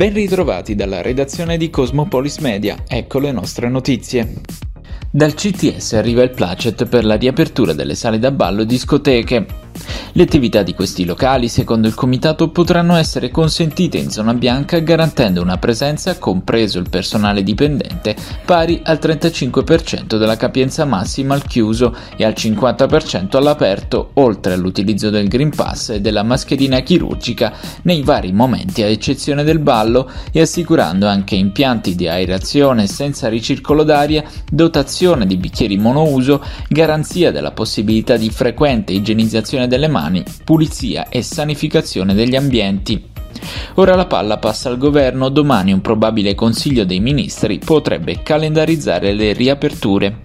Ben ritrovati dalla redazione di Cosmopolis Media, ecco le nostre notizie. Dal CTS arriva il placet per la riapertura delle sale da ballo e discoteche. Le attività di questi locali, secondo il comitato, potranno essere consentite in zona bianca garantendo una presenza, compreso il personale dipendente, pari al 35% della capienza massima al chiuso e al 50% all'aperto, oltre all'utilizzo del Green Pass e della mascherina chirurgica nei vari momenti a eccezione del ballo e assicurando anche impianti di aerazione senza ricircolo d'aria, dotazione di bicchieri monouso, garanzia della possibilità di frequente igienizzazione delle mani, pulizia e sanificazione degli ambienti. Ora la palla passa al governo, domani un probabile Consiglio dei Ministri potrebbe calendarizzare le riaperture.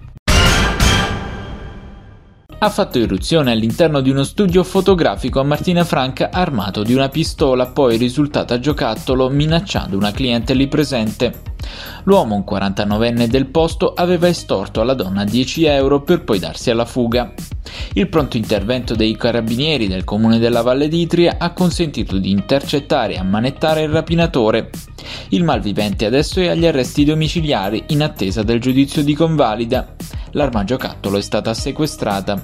Ha fatto irruzione all'interno di uno studio fotografico a Martina Franca armato di una pistola, poi risultata giocattolo, minacciando una cliente lì presente. L'uomo, un 49enne del posto, aveva estorto alla donna 10 euro per poi darsi alla fuga. Il pronto intervento dei carabinieri del comune della Valle d'Itria ha consentito di intercettare e ammanettare il rapinatore. Il malvivente adesso è agli arresti domiciliari in attesa del giudizio di convalida. L'arma giocattolo è stata sequestrata.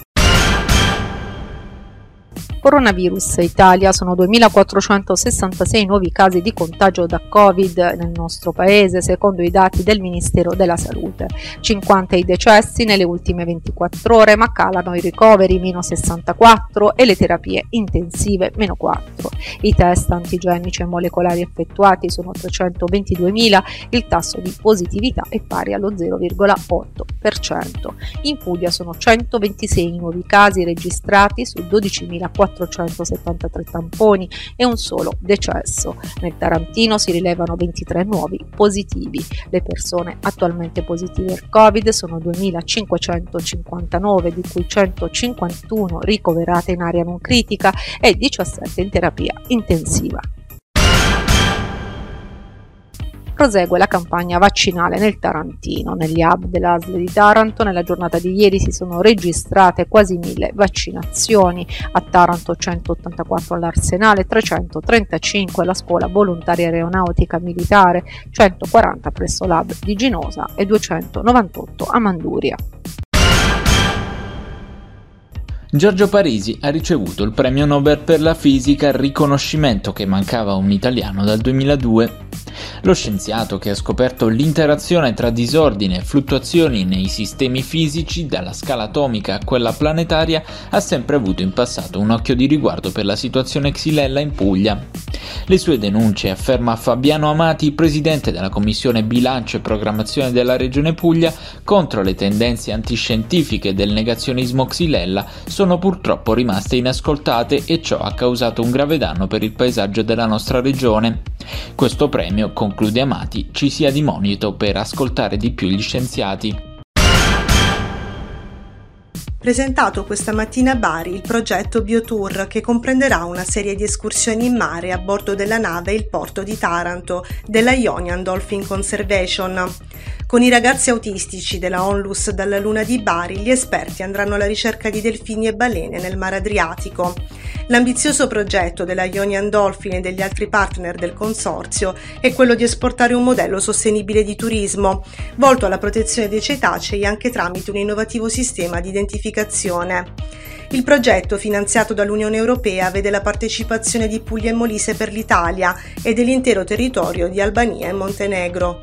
Coronavirus Italia, sono 2.466 nuovi casi di contagio da Covid nel nostro paese, secondo i dati del Ministero della Salute. 50 i decessi nelle ultime 24 ore, ma calano i ricoveri, meno 64, e le terapie intensive, meno 4. I test antigenici e molecolari effettuati sono 322.000, il tasso di positività è pari allo 0,8%. In Puglia sono 126 nuovi casi registrati su 12.473 tamponi e un solo decesso. Nel Tarantino si rilevano 23 nuovi positivi. Le persone attualmente positive al Covid sono 2.559, di cui 151 ricoverate in area non critica e 17 in terapia intensiva. Prosegue la campagna vaccinale nel Tarantino. Negli hub dell'ASL di Taranto nella giornata di ieri si sono registrate quasi 1.000 vaccinazioni. A Taranto 184 all'Arsenale, 335 alla Scuola Volontaria Aeronautica Militare, 140 presso l'hub di Ginosa e 298 a Manduria. Giorgio Parisi ha ricevuto il premio Nobel per la fisica, riconoscimento che mancava a un italiano dal 2002. Lo scienziato, che ha scoperto l'interazione tra disordine e fluttuazioni nei sistemi fisici, dalla scala atomica a quella planetaria, ha sempre avuto in passato un occhio di riguardo per la situazione xylella in Puglia. Le sue denunce, afferma Fabiano Amati, presidente della Commissione Bilancio e Programmazione della Regione Puglia, contro le tendenze antiscientifiche del negazionismo xylella, sono purtroppo rimaste inascoltate e ciò ha causato un grave danno per il paesaggio della nostra regione. Questo premio, conclude Amati, ci sia di monito per ascoltare di più gli scienziati. Presentato questa mattina a Bari il progetto Biotour, che comprenderà una serie di escursioni in mare a bordo della nave Il Porto di Taranto della Ionian Dolphin Conservation. Con i ragazzi autistici della Onlus dalla Luna di Bari, gli esperti andranno alla ricerca di delfini e balene nel mare Adriatico. L'ambizioso progetto della Ionian Dolphin e degli altri partner del consorzio è quello di esportare un modello sostenibile di turismo, volto alla protezione dei cetacei anche tramite un innovativo sistema di identificazione. Il progetto, finanziato dall'Unione Europea, vede la partecipazione di Puglia e Molise per l'Italia e dell'intero territorio di Albania e Montenegro.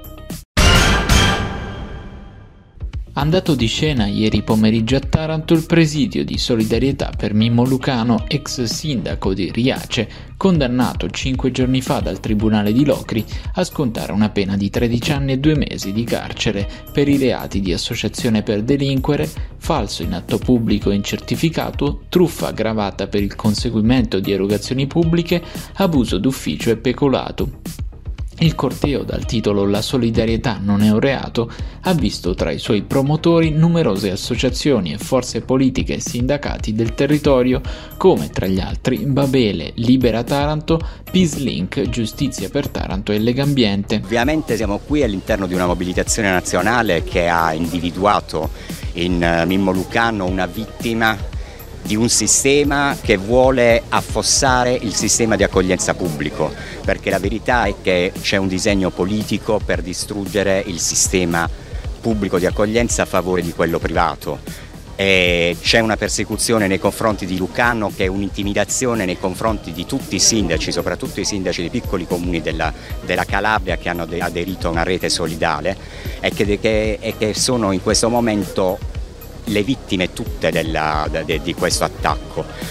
Andato di scena ieri pomeriggio a Taranto il presidio di solidarietà per Mimmo Lucano, ex sindaco di Riace, condannato 5 giorni fa dal Tribunale di Locri a scontare una pena di 13 anni e 2 mesi di carcere per i reati di associazione per delinquere, falso in atto pubblico e incertificato, truffa aggravata per il conseguimento di erogazioni pubbliche, abuso d'ufficio e peculato. Il corteo, dal titolo La solidarietà non è un reato, ha visto tra i suoi promotori numerose associazioni e forze politiche e sindacati del territorio, come tra gli altri Babele, Libera Taranto, Peace Link, Giustizia per Taranto e Legambiente. Ovviamente siamo qui all'interno di una mobilitazione nazionale che ha individuato in Mimmo Lucano una vittima di un sistema che vuole affossare il sistema di accoglienza pubblico, perché la verità è che c'è un disegno politico per distruggere il sistema pubblico di accoglienza a favore di quello privato. E c'è una persecuzione nei confronti di Lucano, che è un'intimidazione nei confronti di tutti i sindaci, soprattutto i sindaci dei piccoli comuni della Calabria che hanno aderito a una rete solidale e che sono in questo momento le vittime tutte di questo attacco.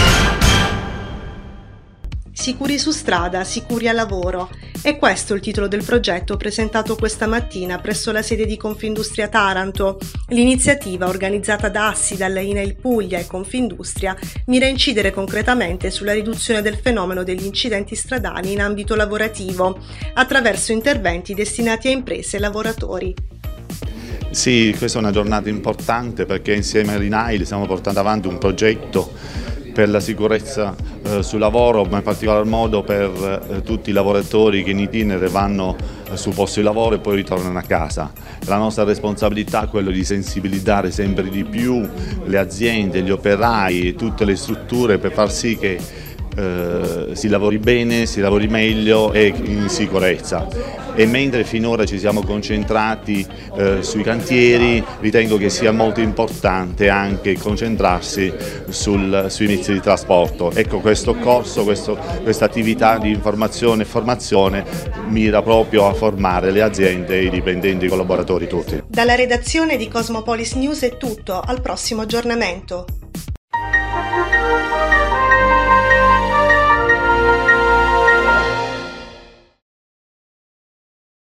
Sicuri su strada, sicuri al lavoro. È questo il titolo del progetto presentato questa mattina presso la sede di Confindustria Taranto. L'iniziativa, organizzata da Assidal, INAIL Puglia e Confindustria, mira a incidere concretamente sulla riduzione del fenomeno degli incidenti stradali in ambito lavorativo, attraverso interventi destinati a imprese e lavoratori. Sì, questa è una giornata importante perché insieme all'INAIL stiamo portando avanti un progetto per la sicurezza sul lavoro, ma in particolar modo per tutti i lavoratori che in itinere vanno sul posto di lavoro e poi ritornano a casa. La nostra responsabilità è quella di sensibilizzare sempre di più le aziende, gli operai e tutte le strutture per far sì che si lavori bene, si lavori meglio e in sicurezza. E mentre finora ci siamo concentrati sui cantieri, ritengo che sia molto importante anche concentrarsi sui mezzi di trasporto. Ecco, questo corso, questa attività di informazione e formazione mira proprio a formare le aziende e i dipendenti, i collaboratori tutti. Dalla redazione di Cosmopolis News è tutto, al prossimo aggiornamento.